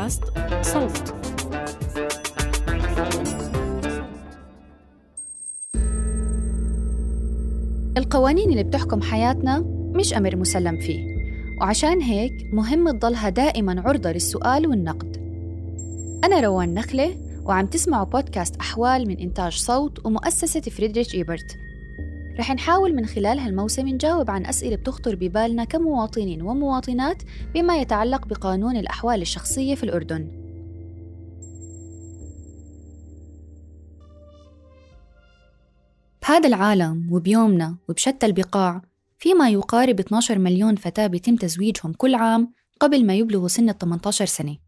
بودكاست صوت. القوانين اللي بتحكم حياتنا مش أمر مسلم فيه، وعشان هيك مهم تضلها دائماً عرضة للسؤال والنقد. أنا روان نخلة، وعم تسمعوا بودكاست أحوال من إنتاج صوت ومؤسسة فريدريش إيبرت. رح نحاول من خلال هالموسم نجاوب عن أسئلة بتخطر ببالنا كمواطنين ومواطنات بما يتعلق بقانون الأحوال الشخصية في الأردن. بهذا العالم وبيومنا وبشتى البقاع في ما يقارب 12 مليون فتاة بيتم تزويجهم كل عام قبل ما يبلغوا سن 18 سنة.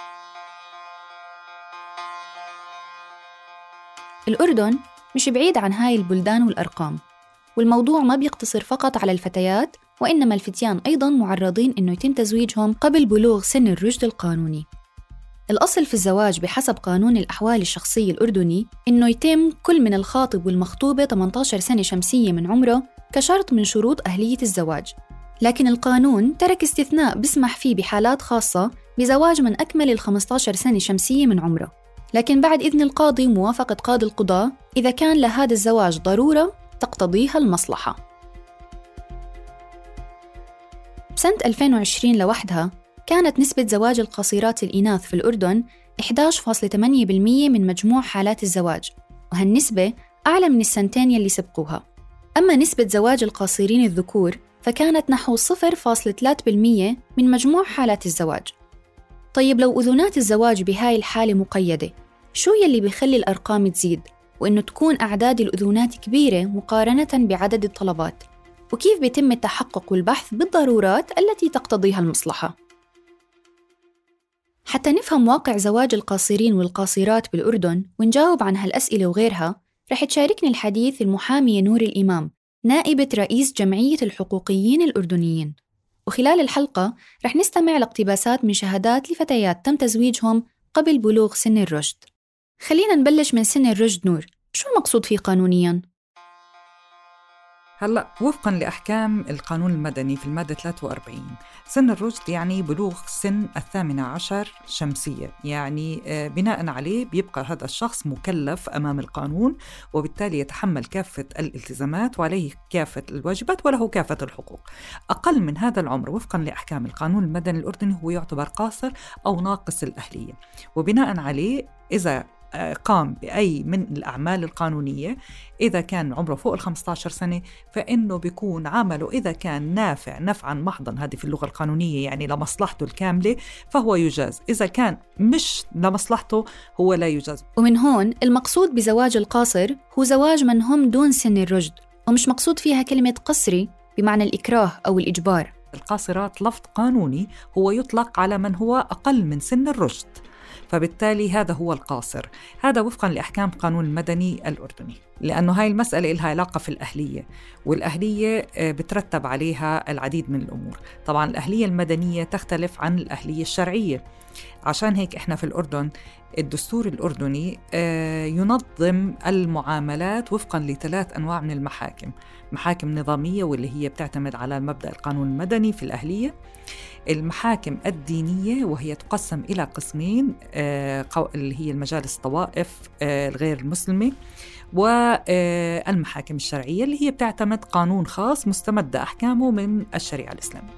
الأردن مش بعيد عن هاي البلدان والأرقام، والموضوع ما بيقتصر فقط على الفتيات، وإنما الفتيان أيضاً معرضين إنه يتم تزويجهم قبل بلوغ سن الرشد القانوني. الأصل في الزواج بحسب قانون الأحوال الشخصية الأردني إنه يتم كل من الخاطب والمخطوبة 18 سنة شمسية من عمره كشرط من شروط أهلية الزواج، لكن القانون ترك استثناء بسمح فيه بحالات خاصة بزواج من أكمل 15 سنة شمسية من عمره، لكن بعد إذن القاضي وموافقة قاضي القضاء إذا كان لهذا الزواج ضرورة تقتضيها المصلحة. بسنة 2020 لوحدها كانت نسبة زواج القاصرات الإناث في الأردن 11.8% من مجموع حالات الزواج، وهالنسبة أعلى من السنتين يلي سبقوها. أما نسبة زواج القاصرين الذكور فكانت نحو 0.3% من مجموع حالات الزواج. طيب لو أذونات الزواج بهاي الحالة مقيدة، شو يلي بيخلي الأرقام تزيد وإنه تكون أعداد الأذونات كبيرة مقارنة بعدد الطلبات؟ وكيف بيتم التحقق والبحث بالضرورات التي تقتضيها المصلحة؟ حتى نفهم واقع زواج القاصرين والقاصرات بالأردن ونجاوب عن هالأسئلة وغيرها، رح تشاركني الحديث المحامية نور الإمام، نائبة رئيس جمعية الحقوقيين الأردنيين. وخلال الحلقة رح نستمع لاقتباسات من شهادات لفتيات تم تزويجهم قبل بلوغ سن الرشد. خلينا نبلش من سن الرشد. نور، شو المقصود فيه قانونياً؟ هلأ وفقاً لأحكام القانون المدني في المادة 43 سن الرشد يعني بلوغ سن 18 شمسية، يعني بناء عليه بيبقى هذا الشخص مكلف أمام القانون، وبالتالي يتحمل كافة الالتزامات وعليه كافة الواجبات وله كافة الحقوق. أقل من هذا العمر وفقاً لأحكام القانون المدني الأردني هو يعتبر قاصر أو ناقص الأهلية، وبناء عليه إذا قام بأي من الأعمال القانونية إذا كان عمره فوق 15 سنة فإنه بيكون عمله إذا كان نافع نفعاً محضاً، هذه في اللغة القانونية يعني لمصلحته الكاملة، فهو يجاز. إذا كان مش لمصلحته هو لا يجاز. ومن هون المقصود بزواج القاصر هو زواج من هم دون سن الرشد، ومش مقصود فيها كلمة قصري بمعنى الإكراه أو الإجبار. القاصرات لفظ قانوني هو يطلق على من هو أقل من سن الرشد، فبالتالي هذا هو القاصر. هذا وفقاً لأحكام القانون المدني الأردني، لأنه هاي المسألة لها علاقة في الأهلية، والأهلية بترتب عليها العديد من الأمور. طبعاً الأهلية المدنية تختلف عن الأهلية الشرعية، عشان هيك إحنا في الأردن الدستور الأردني ينظم المعاملات وفقاً لثلاث أنواع من المحاكم: محاكم نظامية واللي هي بتعتمد على مبدأ القانون المدني في الأهلية، المحاكم الدينية وهي تقسم إلى قسمين اللي هي المجالس الطوائف الغير المسلمة، والمحاكم الشرعية اللي هي بتعتمد قانون خاص مستمد أحكامه من الشريعة الإسلامية.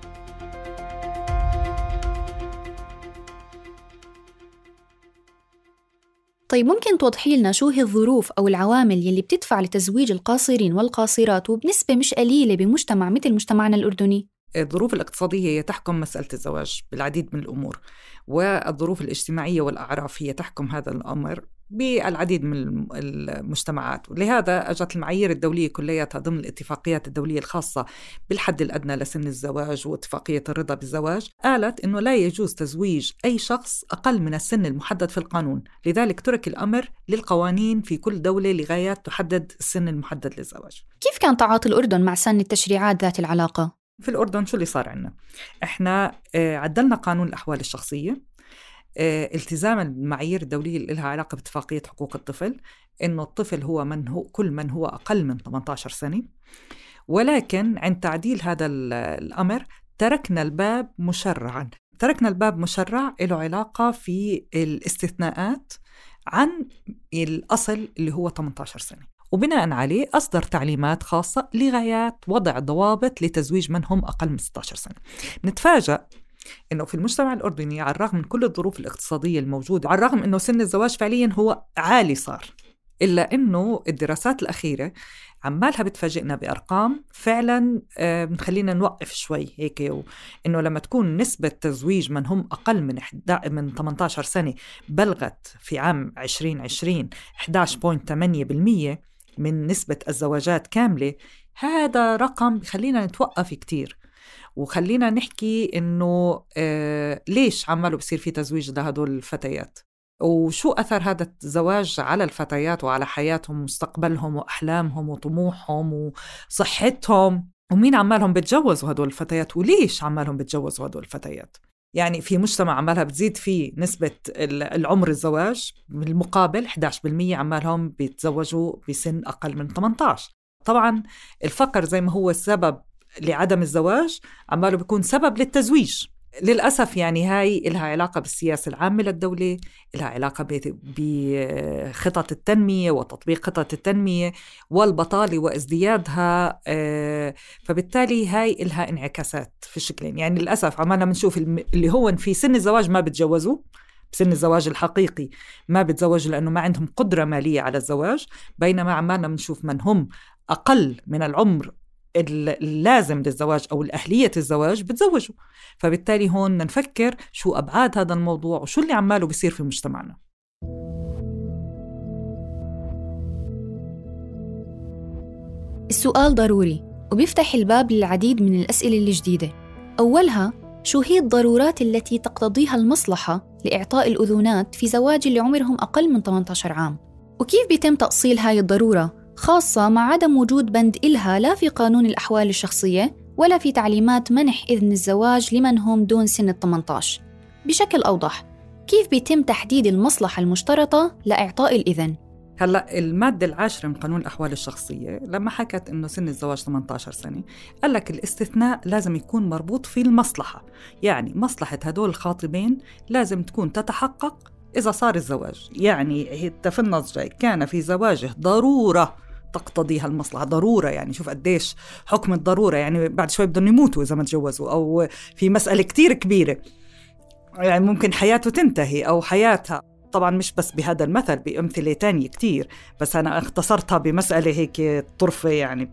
طيب ممكن توضحي لنا شو هي الظروف أو العوامل يلي بتدفع لتزويج القاصرين والقاصرات وبنسبة مش قليلة بمجتمع مثل مجتمعنا الأردني؟ الظروف الاقتصادية هي تحكم مسألة الزواج بالعديد من الأمور، والظروف الاجتماعية والأعراف هي تحكم هذا الأمر بالعديد من المجتمعات. ولهذا أجت المعايير الدولية كلياتها ضمن الاتفاقيات الدولية الخاصة بالحد الأدنى لسن الزواج واتفاقية الرضا بالزواج، قالت إنه لا يجوز تزويج أي شخص أقل من السن المحدد في القانون. لذلك ترك الأمر للقوانين في كل دولة لغايات تحدد السن المحدد للزواج. كيف كان تعاطي الأردن مع سن التشريعات ذات العلاقة؟ في الأردن شو اللي صار عنا؟ إحنا عدلنا قانون الأحوال الشخصية التزاما بالمعايير الدولية اللي لها علاقة باتفاقية حقوق الطفل، إنه الطفل هو كل من هو أقل من 18 سنة، ولكن عند تعديل هذا الأمر تركنا الباب مشرعا تركنا الباب مشرع له علاقة في الاستثناءات عن الأصل اللي هو 18 سنة، وبناء عليه أصدر تعليمات خاصة لغايات وضع ضوابط لتزويج من هم أقل من 16 سنة. نتفاجأ إنه في المجتمع الأردني على الرغم من كل الظروف الاقتصادية الموجودة، على الرغم إنه سن الزواج فعليا هو عالي صار، إلا إنه الدراسات الأخيرة عمالها بتفاجئنا بأرقام فعلا خلينا نوقف شوي هيك، إنه لما تكون نسبة تزويج من هم أقل من 18 سنة بلغت في عام 2020 11.8% من نسبة الزواجات كاملة، هذا رقم خلينا نتوقف كتير، وخلينا نحكي إنه ليش عماله بصير في تزويج لهدول الفتيات، وشو أثر هذا الزواج على الفتيات وعلى حياتهم ومستقبلهم وأحلامهم وطموحهم وصحتهم، ومين عمالهم بتجوزوا هدول الفتيات وليش عمالهم بتجوزوا هدول الفتيات. يعني في مجتمع عمالها بتزيد فيه نسبة العمر الزواج، بالمقابل 11% عمالهم بيتزوجوا بسن أقل من 18. طبعا الفقر زي ما هو السبب لعدم الزواج عماله بيكون سبب للتزويج للأسف. يعني هاي إلها علاقة بالسياسة العامة للدولة، إلها علاقة بخطط التنمية وتطبيق خطط التنمية والبطالة وازديادها، فبالتالي هاي إلها انعكاسات في الشكلين. يعني للأسف عمالنا بنشوف اللي هو في سن الزواج ما بتجوزوا، بسن الزواج الحقيقي ما بتزوجوا لأنه ما عندهم قدرة مالية على الزواج، بينما عمالنا بنشوف من هم أقل من العمر اللازم للزواج أو الأهلية الزواج بتزوجوا. فبالتالي هون نفكر شو أبعاد هذا الموضوع وشو اللي عماله بيصير في مجتمعنا. السؤال ضروري وبيفتح الباب للعديد من الأسئلة الجديدة. أولها، شو هي الضرورات التي تقتضيها المصلحة لإعطاء الأذونات في زواج اللي عمرهم أقل من 18 عام؟ وكيف بيتم تأصيل هاي الضرورة، خاصة مع عدم وجود بند إلها لا في قانون الأحوال الشخصية ولا في تعليمات منح إذن الزواج لمن هم دون سن 18؟ بشكل أوضح، كيف بيتم تحديد المصلحة المشترطة لإعطاء الإذن؟ هلأ المادة 10 من قانون الأحوال الشخصية لما حكت إنه سن الزواج 18 سنة قال لك الاستثناء لازم يكون مربوط في المصلحة، يعني مصلحة هدول الخاطبين لازم تكون تتحقق إذا صار الزواج. يعني في النص جاي كان في زواجه ضرورة تقتضيها المصلحة. ضرورة يعني شوف قديش حكم الضرورة، يعني بعد شوي بدهم يموتوا إذا ما تجوزوا، أو في مسألة كتير كبيرة يعني ممكن حياته تنتهي أو حياتها. طبعا مش بس بهذا المثل، بأمثلة تانية كتير، بس أنا اختصرتها بمسألة هيك طرفة يعني.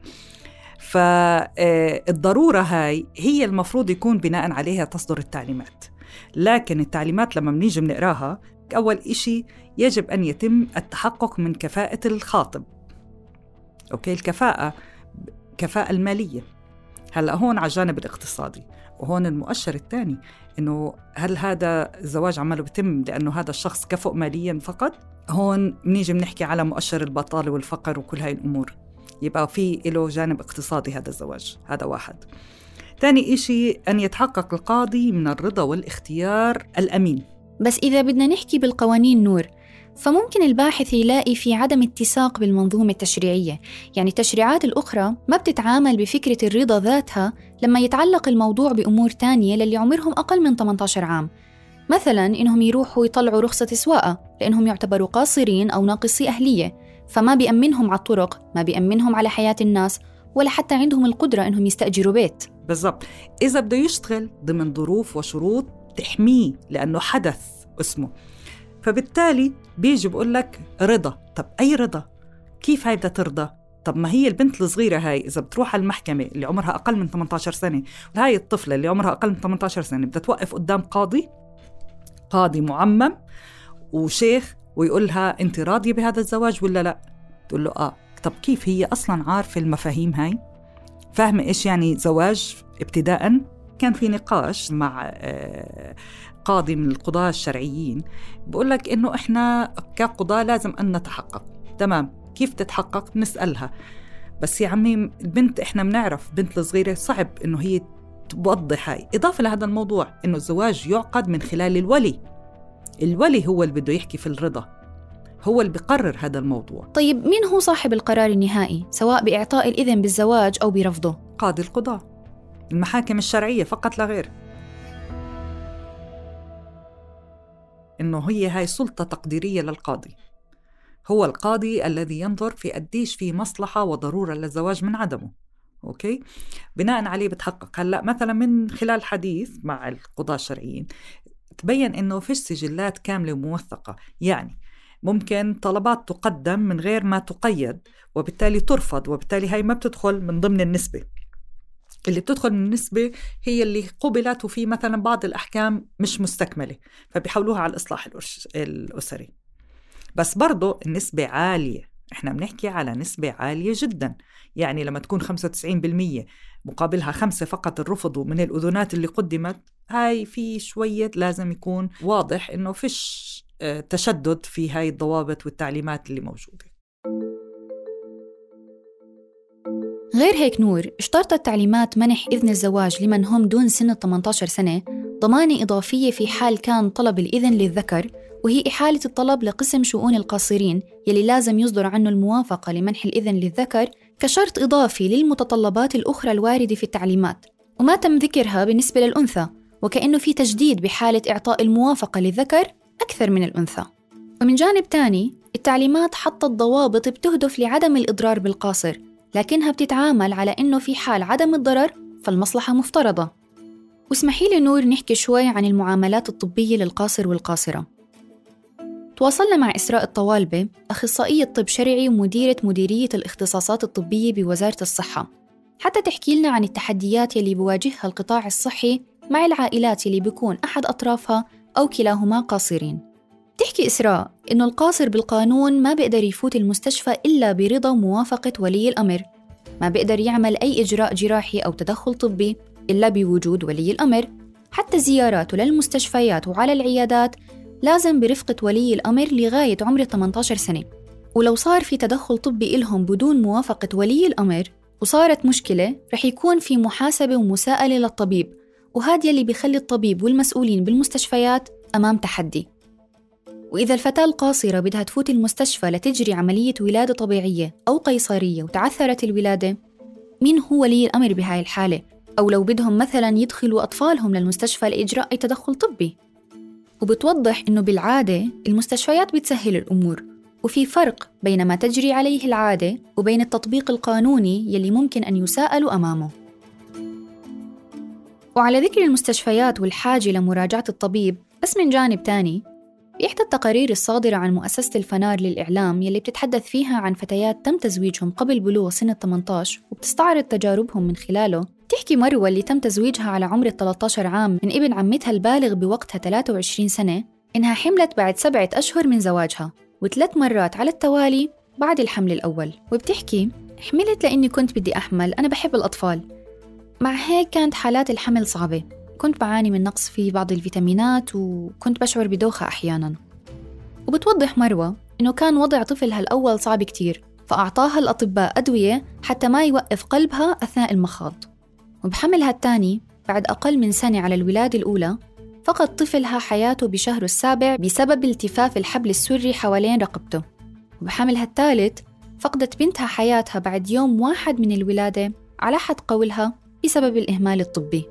فالضرورة هاي هي المفروض يكون بناء عليها تصدر التعليمات، لكن التعليمات لما بنيجي بنقراها أول إشي يجب أن يتم التحقق من كفاءة الخاطب. أوكي، الكفاءة المالية. هلأ هون على الجانب الاقتصادي، وهون المؤشر الثاني إنه هل هذا الزواج عمله بيتم لأنه هذا الشخص كفؤ ماليا فقط؟ هون بنيجي بنحكي على مؤشر البطالة والفقر وكل هاي الأمور، يبقى في له جانب اقتصادي هذا الزواج. هذا واحد. ثاني إشي أن يتحقق القاضي من الرضا والاختيار الأمين. بس إذا بدنا نحكي بالقوانين نور، فممكن الباحث يلاقي في عدم اتساق بالمنظومة التشريعية. يعني التشريعات الأخرى ما بتتعامل بفكرة الرضا ذاتها لما يتعلق الموضوع بأمور تانية للي عمرهم أقل من 18 عام، مثلاً إنهم يروحوا يطلعوا رخصة سواقة لأنهم يعتبروا قاصرين أو ناقصي أهلية، فما بيأمنهم على الطرق، ما بيأمنهم على حياة الناس، ولا حتى عندهم القدرة إنهم يستأجروا بيت. بالضبط. إذا بده يشتغل ضمن ظروف وشروط تحميه لأنه حدث اسمه، فبالتالي بيجي بقول لك رضا. طب أي رضا؟ كيف هاي بدها ترضى؟ طب ما هي البنت الصغيرة هاي إذا بتروح على المحكمة اللي عمرها أقل من 18 سنة، وهاي الطفلة اللي عمرها أقل من 18 سنة بدها توقف قدام قاضي معمم وشيخ ويقولها أنت راضية بهذا الزواج ولا لا؟ تقول له طب كيف هي أصلاً عارفة المفاهيم هاي؟ فاهمة إيش يعني زواج ابتداءً؟ كان في نقاش مع قاضي من القضاة الشرعيين بقول لك إنه إحنا كقضاة لازم أن نتحقق. تمام، كيف تتحقق؟ نسألها. بس يا عمي البنت إحنا بنعرف بنت الصغيرة صعب إنه هي توضح هاي. إضافة لهذا الموضوع إنه الزواج يعقد من خلال الولي هو اللي بده يحكي في الرضا، هو اللي بيقرر هذا الموضوع. طيب مين هو صاحب القرار النهائي سواء بإعطاء الإذن بالزواج أو برفضه؟ قاضي القضاء، المحاكم الشرعية فقط لا غير. إنه هي هاي سلطة تقديرية للقاضي. هو القاضي الذي ينظر في قديش في مصلحة وضرورة للزواج من عدمه. أوكي؟ بناء عليه بتحقق. هلأ مثلا من خلال حديث مع القضاة الشرعيين تبين إنه فيش سجلات كاملة وموثقة، يعني ممكن طلبات تقدم من غير ما تقيد وبالتالي ترفض، وبالتالي هاي ما بتدخل من ضمن النسبة. اللي بتدخل من النسبة هي اللي قبلت وفي مثلا بعض الأحكام مش مستكملة فبيحولوها على الإصلاح الأسري. بس برضو النسبة عالية، احنا بنحكي على نسبة عالية جدا. يعني لما تكون 95% مقابلها 5 فقط الرفض من الأذونات اللي قدمت، هاي في شوية لازم يكون واضح إنه فيش تشدد في هاي الضوابط والتعليمات اللي موجودة. غير هيك نور، اشترطت تعليمات منح إذن الزواج لمن هم دون سن 18 سنة ضمانة إضافية في حال كان طلب الإذن للذكر، وهي إحالة الطلب لقسم شؤون القاصرين يلي لازم يصدر عنه الموافقة لمنح الإذن للذكر كشرط إضافي للمتطلبات الأخرى الواردة في التعليمات، وما تم ذكرها بالنسبة للأنثى، وكأنه في تجديد بحالة إعطاء الموافقة للذكر أكثر من الأنثى. ومن جانب تاني، التعليمات حطت ضوابط بتهدف لعدم الإضرار بالقاصر، لكنها بتتعامل على إنه في حال عدم الضرر فالمصلحة مفترضة. واسمحي لي نور نحكي شوي عن المعاملات الطبية للقاصر والقاصرة. تواصلنا مع إسراء الطوالبة، أخصائية طب شرعي ومديرة مديرية الاختصاصات الطبية بوزارة الصحة، حتى تحكي لنا عن التحديات يلي بواجهها القطاع الصحي مع العائلات يلي بيكون أحد أطرافها أو كلاهما قاصرين. تحكي إسراء إنه القاصر بالقانون ما بيقدر يفوت المستشفى إلا برضا وموافقة ولي الأمر، ما بيقدر يعمل أي إجراء جراحي أو تدخل طبي إلا بوجود ولي الأمر، حتى زياراته للمستشفيات وعلى العيادات لازم برفقة ولي الأمر لغاية عمر 18 سنة. ولو صار في تدخل طبي إلهم بدون موافقة ولي الأمر وصارت مشكلة، رح يكون في محاسبة ومساءلة للطبيب، وهذا يلي بيخلي الطبيب والمسؤولين بالمستشفيات أمام تحدي. وإذا الفتاة القاصرة بدها تفوت المستشفى لتجري عملية ولادة طبيعية أو قيصرية وتعثرت الولادة، مين هو ولي الأمر بهاي الحالة؟ أو لو بدهم مثلاً يدخلوا أطفالهم للمستشفى لإجراء أي تدخل طبي. وبتوضح إنه بالعادة المستشفيات بتسهل الأمور، وفي فرق بين ما تجري عليه العادة وبين التطبيق القانوني يلي ممكن أن يساءلوا أمامه. وعلى ذكر المستشفيات والحاجة لمراجعة الطبيب، بس من جانب تاني، بإحدى التقارير الصادرة عن مؤسسة الفنار للإعلام يلي بتتحدث فيها عن فتيات تم تزويجهم قبل بلوغ سن 18 وبتستعرض تجاربهم من خلاله، تحكي مروة اللي تم تزويجها على عمر 13 عام من ابن عمتها البالغ بوقتها 23 سنة إنها حملت بعد 7 أشهر من زواجها و3 مرات على التوالي بعد الحمل الأول. وبتحكي حملت لأني كنت بدي أحمل، أنا بحب الأطفال، مع هيك كانت حالات الحمل صعبة، كنت بعاني من نقص في بعض الفيتامينات وكنت بشعر بدوخة أحياناً. وبتوضح مروة إنه كان وضع طفلها الأول صعب كتير، فأعطاها الأطباء أدوية حتى ما يوقف قلبها أثناء المخاض. وبحملها الثاني بعد أقل من سنة على الولادة الأولى فقد طفلها حياته بشهره السابع بسبب التفاف الحبل السري حوالين رقبته. وبحملها الثالث فقدت بنتها حياتها بعد يوم 1 من الولادة على حد قولها بسبب الإهمال الطبي.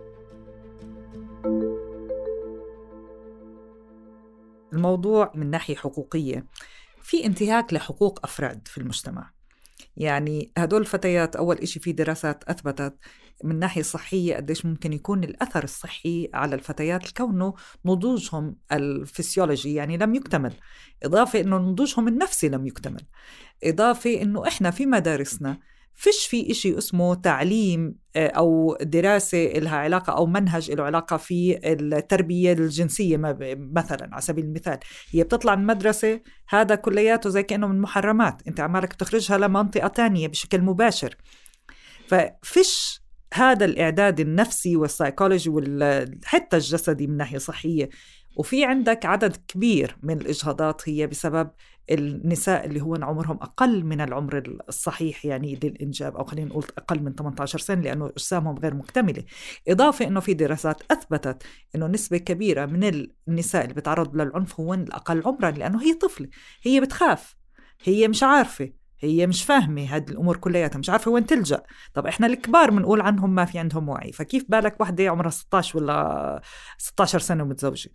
الموضوع من ناحية حقوقية في انتهاك لحقوق أفراد في المجتمع. يعني هدول الفتيات أول إشي في دراسات أثبتت من ناحية صحية قديش ممكن يكون الأثر الصحي على الفتيات لكونه نضوجهم الفسيولوجي يعني لم يكتمل، إضافة إنه نضوجهم النفسي لم يكتمل، إضافة إنه إحنا في مدارسنا فيش في إشي اسمه تعليم أو دراسة لها علاقة أو منهج له علاقة في التربية الجنسية مثلا. على سبيل المثال هي بتطلع من مدرسة هذا كلياته زي كأنه من محرمات، أنت عمالك تخرجها لمنطقة تانية بشكل مباشر. ففيش هذا الإعداد النفسي والسايكولوجي وحتى الجسدي من ناحية صحية. وفي عندك عدد كبير من الإجهاضات هي بسبب النساء اللي هو عمرهم أقل من العمر الصحيح يعني للإنجاب، أو خلينا نقول أقل من 18 سنة لأنه أجسامهم غير مكتملة. إضافة أنه في دراسات أثبتت أنه نسبة كبيرة من النساء اللي بتعرض للعنف هو الأقل عمرا، لأنه هي طفلة، هي بتخاف، هي مش عارفة، هي مش فاهمة هذه الأمور كلياتها، مش عارفة وين تلجأ. طب إحنا الكبار بنقول عنهم ما في عندهم وعي، فكيف بالك واحدة عمرها 16 ولا 16 سنة ومتزوجة؟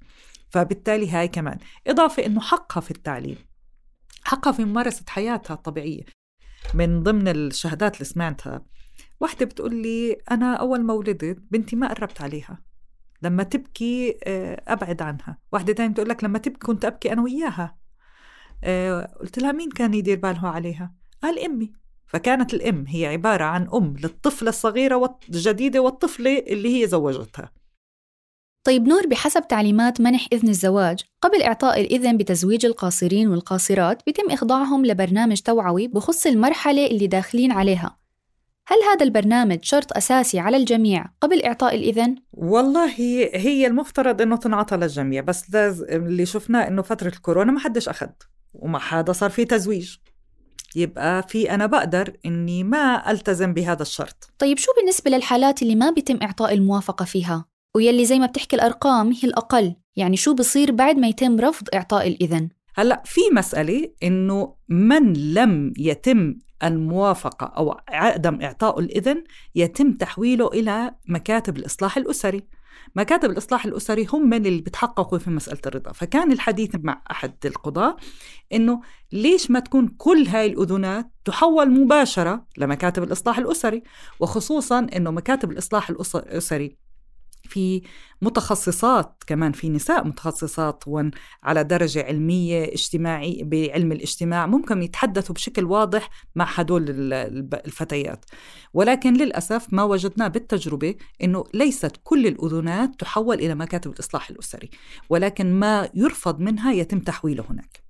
فبالتالي هاي كمان إضافة إنه حقها في التعليم، حقها في ممارسة حياتها الطبيعية. من ضمن الشهادات اللي سمعتها واحدة بتقول لي أنا أول ما ولدت بنتي ما قربت عليها، لما تبكي أبعد عنها. واحدة تانية بتقول لك لما تبكي كنت أبكي أنا وياها. قلت لها مين كان يدير باله عليها؟ قال أمي. فكانت الأم هي عبارة عن أم للطفلة الصغيرة والجديدة والطفلة اللي هي زوجتها. طيب نور، بحسب تعليمات منح إذن الزواج، قبل إعطاء الإذن بتزويج القاصرين والقاصرات بيتم إخضاعهم لبرنامج توعوي بخص المرحلة اللي داخلين عليها. هل هذا البرنامج شرط أساسي على الجميع قبل إعطاء الإذن؟ والله هي المفترض إنه تنعطى للجميع، بس اللي شفناه إنه فترة الكورونا ما حدش أخذ وما حدا صار فيه تزويج، يبقى في أنا بقدر إني ما ألتزم بهذا الشرط. طيب شو بالنسبة للحالات اللي ما بيتم إعطاء الموافقة فيها ويلي زي ما بتحكي الأرقام هي الأقل؟ يعني شو بصير بعد ما يتم رفض إعطاء الإذن؟ هلأ في مسألة إنه من لم يتم الموافقة أو عدم إعطاء الإذن يتم تحويله إلى مكاتب الإصلاح الأسري. مكاتب الإصلاح الأسري هم من اللي بتحققوا في مسألة الرضا. فكان الحديث مع أحد القضاة إنه ليش ما تكون كل هاي الأذونات تحول مباشرة لمكاتب الإصلاح الأسري، وخصوصاً إنه مكاتب الإصلاح الأسري في متخصصات، كمان في نساء متخصصات على درجة علمية اجتماعي بعلم الاجتماع ممكن يتحدثوا بشكل واضح مع هدول الفتيات. ولكن للأسف ما وجدناه بالتجربة إنه ليست كل الأذونات تحول إلى مكاتب الإصلاح الأسري، ولكن ما يرفض منها يتم تحويله هناك.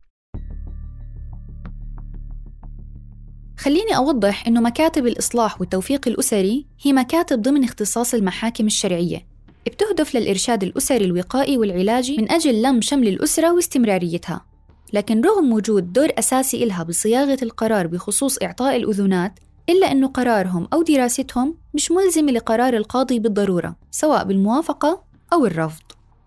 خليني أوضح إنه مكاتب الإصلاح والتوفيق الأسري هي مكاتب ضمن اختصاص المحاكم الشرعية، بتهدف للإرشاد الأسري الوقائي والعلاجي من أجل لم شمل الأسرة واستمراريتها. لكن رغم وجود دور أساسي إلها بصياغة القرار بخصوص إعطاء الأذونات، إلا أنه قرارهم أو دراستهم مش ملزم لقرار القاضي بالضرورة، سواء بالموافقة أو الرفض.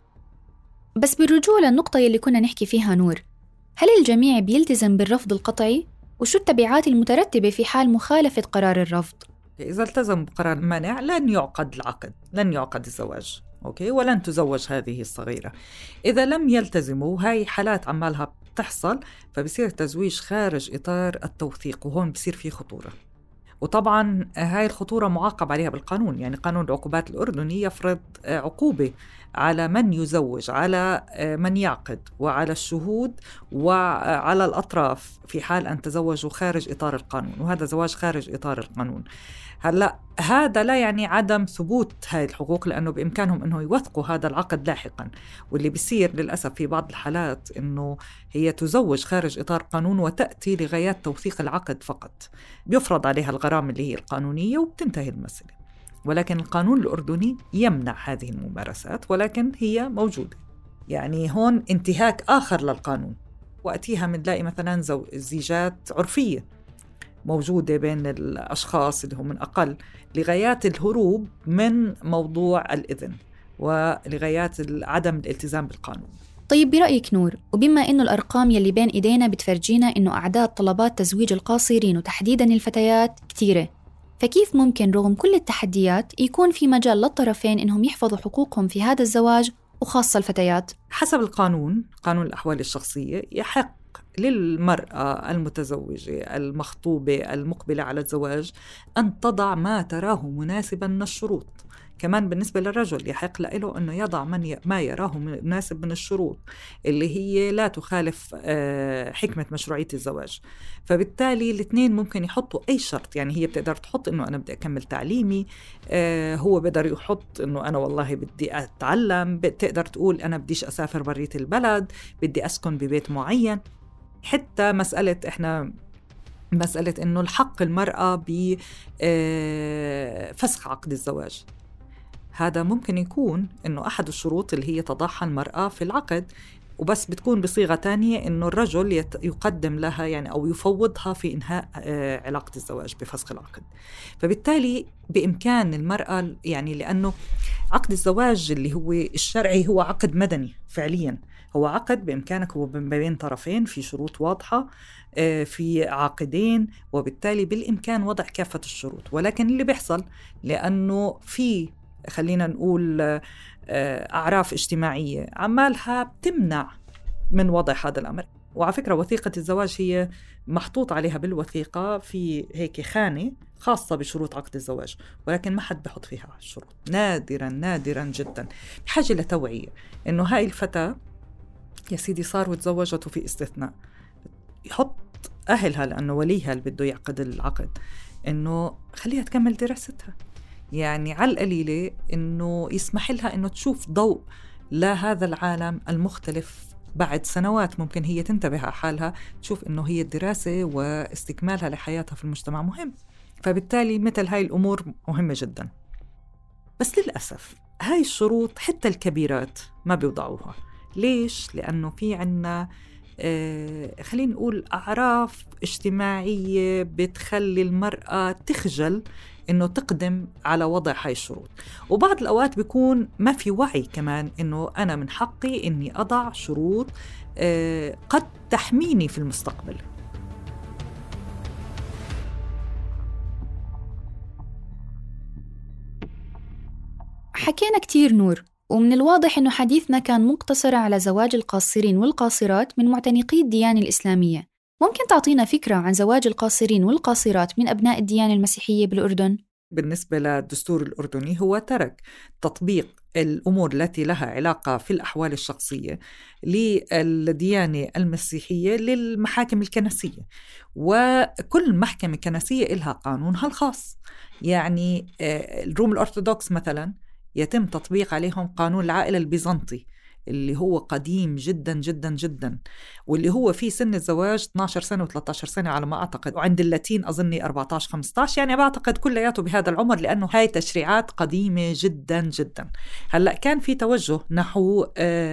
بس بالرجوع للنقطة اللي كنا نحكي فيها نور، هل الجميع بيلتزم بالرفض القطعي؟ وشو التبعات المترتبة في حال مخالفة قرار الرفض؟ إذا التزم بقرار المانع لن يعقد العقد، لن يعقد الزواج، أوكي، ولن تزوج هذه الصغيرة. إذا لم يلتزموا، هاي حالات عمالها بتحصل، فبصير تزويج خارج إطار التوثيق، وهون بصير فيه خطورة. وطبعاً هاي الخطورة معاقب عليها بالقانون، يعني قانون العقوبات الأردني يفرض عقوبة على من يزوج، على من يعقد، وعلى الشهود، وعلى الأطراف في حال أن تزوجوا خارج إطار القانون، وهذا زواج خارج إطار القانون. هلأ هذا لا يعني عدم ثبوت هاي الحقوق، لأنه بإمكانهم أنه يوثقوا هذا العقد لاحقاً. واللي بيصير للأسف في بعض الحالات أنه هي تزوج خارج إطار قانون وتأتي لغايات توثيق العقد فقط، بيفرض عليها الغرامة اللي هي القانونية وبتنتهي المسألة. ولكن القانون الأردني يمنع هذه الممارسات، ولكن هي موجودة. يعني هون انتهاك آخر للقانون. وقتها بنلاقي مثلاً زيجات عرفية موجودة بين الأشخاص اللي هم من أقل، لغايات الهروب من موضوع الإذن ولغايات عدم الالتزام بالقانون. طيب برأيك نور، وبما إنه الأرقام يلي بين إيدينا بتفرجينا إنه أعداد طلبات تزويج القاصرين وتحديداً الفتيات كتيرة، فكيف ممكن رغم كل التحديات يكون في مجال للطرفين إنهم يحفظوا حقوقهم في هذا الزواج، وخاصة الفتيات؟ حسب القانون، قانون الأحوال الشخصية، يحق للمرأة المتزوجة المخطوبة المقبلة على الزواج أن تضع ما تراه مناسبا من الشروط. كمان بالنسبة للرجل يحق له أنه يضع ما يراه مناسب من الشروط اللي هي لا تخالف حكمة مشروعية الزواج. فبالتالي الاثنين ممكن يحطوا أي شرط. يعني هي بتقدر تحط أنه أنا بدي أكمل تعليمي، هو بقدر يحط أنه أنا والله بدي أتعلم، بتقدر تقول أنا بديش أسافر برية البلد، بدي أسكن ببيت معين. حتى مسألة أنه الحق المرأة بفسخ عقد الزواج، هذا ممكن يكون أنه أحد الشروط اللي هي تضعها المرأة في العقد، وبس بتكون بصيغة تانية أنه الرجل يقدم لها يعني أو يفوضها في إنهاء علاقة الزواج بفسخ العقد. فبالتالي بإمكان المرأة، يعني لأنه عقد الزواج اللي هو الشرعي هو عقد مدني فعلياً، هو عقد بإمكانك هو بين طرفين في شروط واضحة، في عاقدين، وبالتالي بالإمكان وضع كافة الشروط. ولكن اللي بيحصل لأنه في خلينا نقول أعراف اجتماعية عمالها بتمنع من وضع هذا الأمر. وعلى فكرة وثيقة الزواج هي محطوط عليها بالوثيقة في هيك خانة خاصة بشروط عقد الزواج، ولكن ما حد بحط فيها الشروط، نادراً نادراً جداً. بحاجة لتوعية إنه هاي الفتاة يا سيدي صار وتزوجت وفي استثناء، يحط أهلها لأنه وليها اللي بده يعقد العقد إنه خليها تكمل دراستها، يعني على القليلة إنه يسمح لها إنه تشوف ضوء لهذا العالم المختلف بعد سنوات. ممكن هي تنتبه على حالها تشوف إنه هي الدراسة واستكمالها لحياتها في المجتمع مهم. فبالتالي مثل هاي الأمور مهمة جدا. بس للأسف هاي الشروط حتى الكبيرات ما بيوضعوها. ليش؟ لأنه في عنا خلينا نقول أعراف اجتماعية بتخلي المرأة تخجل إنه تقدم على وضع هاي الشروط. وبعض الأوقات بيكون ما في وعي كمان إنه أنا من حقي إني أضع شروط قد تحميني في المستقبل. حكينا كتير نور، ومن الواضح إنه حديثنا كان مقتصر على زواج القاصرين والقاصرات من معتنقي الديانة الإسلامية. ممكن تعطينا فكرة عن زواج القاصرين والقاصرات من أبناء الديانة المسيحية بالأردن؟ بالنسبة للدستور الأردني هو ترك تطبيق الأمور التي لها علاقة في الأحوال الشخصية للديانة المسيحية للمحاكم الكنسية، وكل محكمة كنسية إلها قانونها الخاص. يعني الروم الأرثوذكس مثلا يتم تطبيق عليهم قانون العائلة البيزنطي اللي هو قديم جدا جدا جدا، واللي هو فيه سن الزواج 12 سنة و13 سنة على ما أعتقد، وعند اللاتين أظني 14-15، يعني بعتقد كلياته بهذا العمر لأنه هاي تشريعات قديمة جدا جدا. هلأ كان في توجه نحو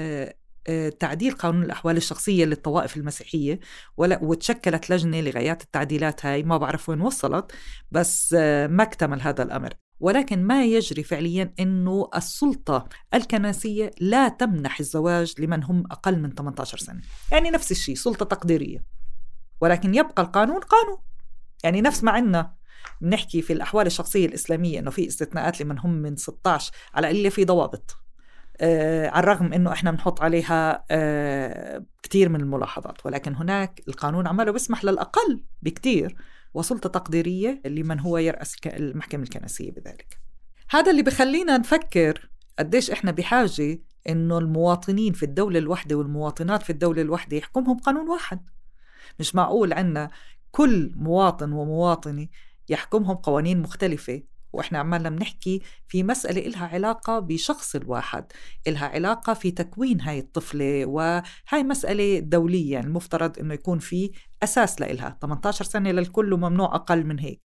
تعديل قانون الأحوال الشخصية للطوائف المسيحية، وتشكلت لجنة لغايات التعديلات هاي، ما بعرف وين وصلت، بس ما اكتمل هذا الأمر. ولكن ما يجري فعلياً أنه السلطة الكنسية لا تمنح الزواج لمن هم أقل من 18 سنة، يعني نفس الشيء سلطة تقديرية، ولكن يبقى القانون قانون. يعني نفس ما عنا بنحكي في الأحوال الشخصية الإسلامية أنه في استثناءات لمن هم من 16 على اللي في ضوابط، على الرغم أنه إحنا بنحط عليها كتير من الملاحظات، ولكن هناك القانون عمله بيسمح للأقل بكتير وسلطة تقديرية لمن هو يرأس المحكمة الكنسية بذلك. هذا اللي بخلينا نفكر قديش إحنا بحاجة إنه المواطنين في الدولة الواحدة والمواطنات في الدولة الواحدة يحكمهم قانون واحد. مش معقول عنا كل مواطن ومواطنة يحكمهم قوانين مختلفة، وإحنا عمالنا بنحكي في مسألة إلها علاقة بشخص الواحد، إلها علاقة في تكوين هاي الطفلة، وهاي مسألة دولية. يعني المفترض إنه يكون في أساس لإلها 18 سنة للكل وممنوع أقل من هيك.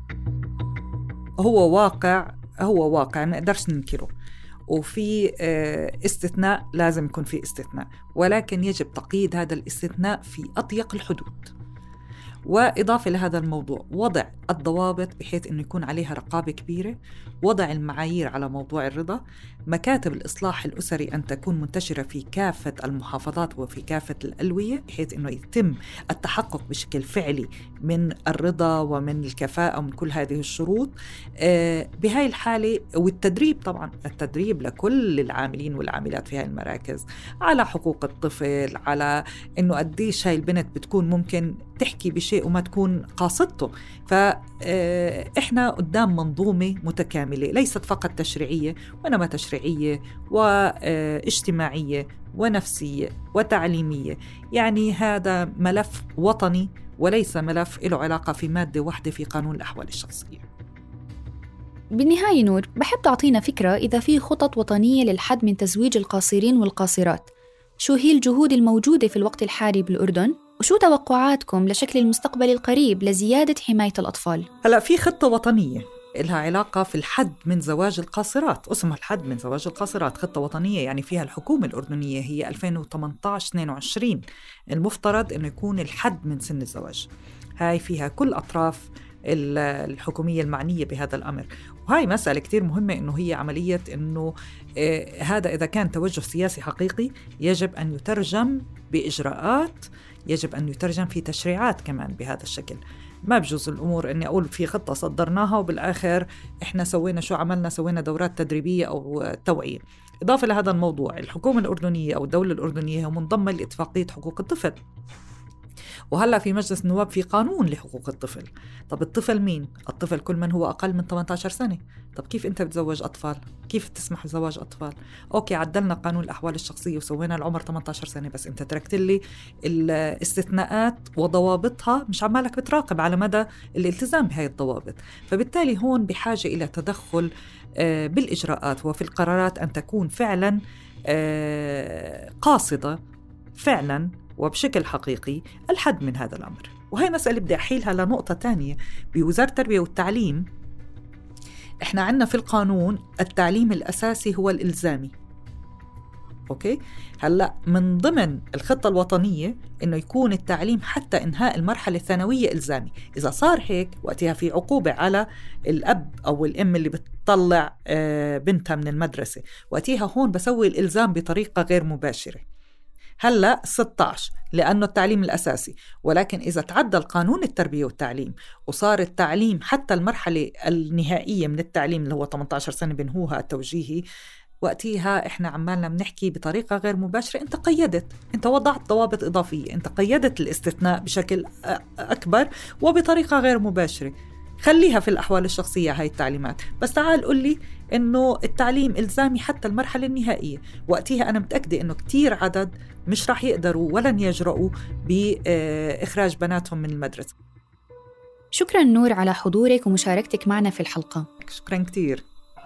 هو واقع ما نقدرش ننكره، وفي استثناء لازم يكون في استثناء، ولكن يجب تقييد هذا الاستثناء في أضيق الحدود. وإضافة لهذا الموضوع وضع الضوابط بحيث أنه يكون عليها رقابة كبيرة، وضع المعايير على موضوع الرضا، مكاتب الإصلاح الأسري أن تكون منتشرة في كافة المحافظات وفي كافة الألوية بحيث أنه يتم التحقق بشكل فعلي من الرضا ومن الكفاءة ومن كل هذه الشروط. بهاي الحالة والتدريب، طبعا التدريب لكل العاملين والعاملات في هاي المراكز على حقوق الطفل، على أنه قديش هاي البنت بتكون ممكن تحكي بشيء وما تكون قاصدته. فإحنا قدام منظومة متكاملة ليست فقط تشريعية، وإنما تشريعية واجتماعية ونفسية وتعليمية. يعني هذا ملف وطني وليس ملف له علاقة في مادة واحدة في قانون الأحوال الشخصية. بالنهاية نور، بحب تعطينا فكرة إذا في خطط وطنية للحد من تزويج القاصرين والقاصرات. شو هي الجهود الموجودة في الوقت الحالي بالأردن؟ وشو توقعاتكم لشكل المستقبل القريب لزيادة حماية الأطفال؟ هلأ في خطة وطنية لها علاقة في الحد من زواج القاصرات، اسمها الحد من زواج القاصرات، خطة وطنية يعني فيها الحكومة الأردنية، هي 2018-22 المفترض أنه يكون الحد من سن الزواج. هاي فيها كل أطراف الحكومية المعنية بهذا الأمر، وهاي مسألة كتير مهمة إنه هي عملية إنه هذا إذا كان توجه سياسي حقيقي يجب أن يترجم بإجراءات، يجب أن يترجم في تشريعات كمان بهذا الشكل. ما بجوز الأمور أني أقول في خطة صدرناها وبالآخر إحنا سوينا شو عملنا، سوينا دورات تدريبية أو توعية. إضافة لهذا الموضوع، الحكومة الأردنية أو الدولة الأردنية منضمة لاتفاقية حقوق الطفل، وهلأ في مجلس النواب في قانون لحقوق الطفل. طب الطفل مين؟ الطفل كل من هو أقل من 18 سنة. طب كيف أنت بتزوج أطفال؟ كيف تسمح بزواج أطفال؟ أوكي، عدلنا قانون الأحوال الشخصية وسوينا العمر 18 سنة، بس أنت تركت لي الاستثناءات وضوابطها، مش عمالك بتراقب على مدى الالتزام بهاي الضوابط. فبالتالي هون بحاجة إلى تدخل بالإجراءات وفي القرارات أن تكون فعلا قاصدة فعلا وبشكل حقيقي الحد من هذا الأمر. وهي مسألة بدي أحيلها لنقطة تانية. بوزارة التربية والتعليم إحنا عندنا في القانون التعليم الأساسي هو الإلزامي. أوكي، هلأ من ضمن الخطة الوطنية إنه يكون التعليم حتى إنهاء المرحلة الثانوية إلزامي. إذا صار هيك وقتها في عقوبة على الأب أو الأم اللي بتطلع بنتها من المدرسة، وقتها هون بسوي الإلزام بطريقة غير مباشرة. هلأ 16 لأنه التعليم الأساسي، ولكن إذا تعدل قانون التربية والتعليم وصار التعليم حتى المرحلة النهائية من التعليم اللي هو 18 سنة بنهوها التوجيهي، وقتها إحنا عمالنا بنحكي بطريقة غير مباشرة. أنت قيدت، أنت وضعت ضوابط إضافية، أنت قيدت الاستثناء بشكل أكبر وبطريقة غير مباشرة. خليها في الأحوال الشخصية هاي التعليمات، بس تعال قل لي إنه التعليم إلزامي حتى المرحلة النهائية. وقتها أنا متأكدة إنه كتير عدد مش راح يقدروا ولن يجرؤوا بإخراج بناتهم من المدرسة. شكراً نور على حضورك ومشاركتك معنا في الحلقة. شكراً كتير.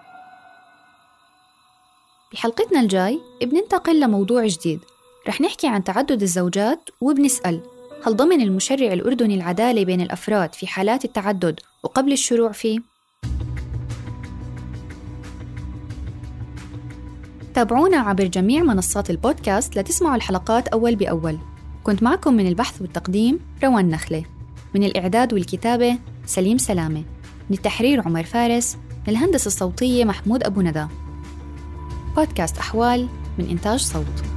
بحلقتنا الجاي بننتقل لموضوع جديد، رح نحكي عن تعدد الزوجات، وبنسأل هل ضمن المشرع الأردني العدالة بين الأفراد في حالات التعدد وقبل الشروع فيه؟ تابعونا عبر جميع منصات البودكاست لتسمعوا الحلقات أول بأول. كنت معكم من البحث والتقديم روان نخلة، من الإعداد والكتابة سليم سلامة، من التحرير عمر فارس، من الهندسة الصوتية محمود أبو ندى. بودكاست أحوال من إنتاج صوت.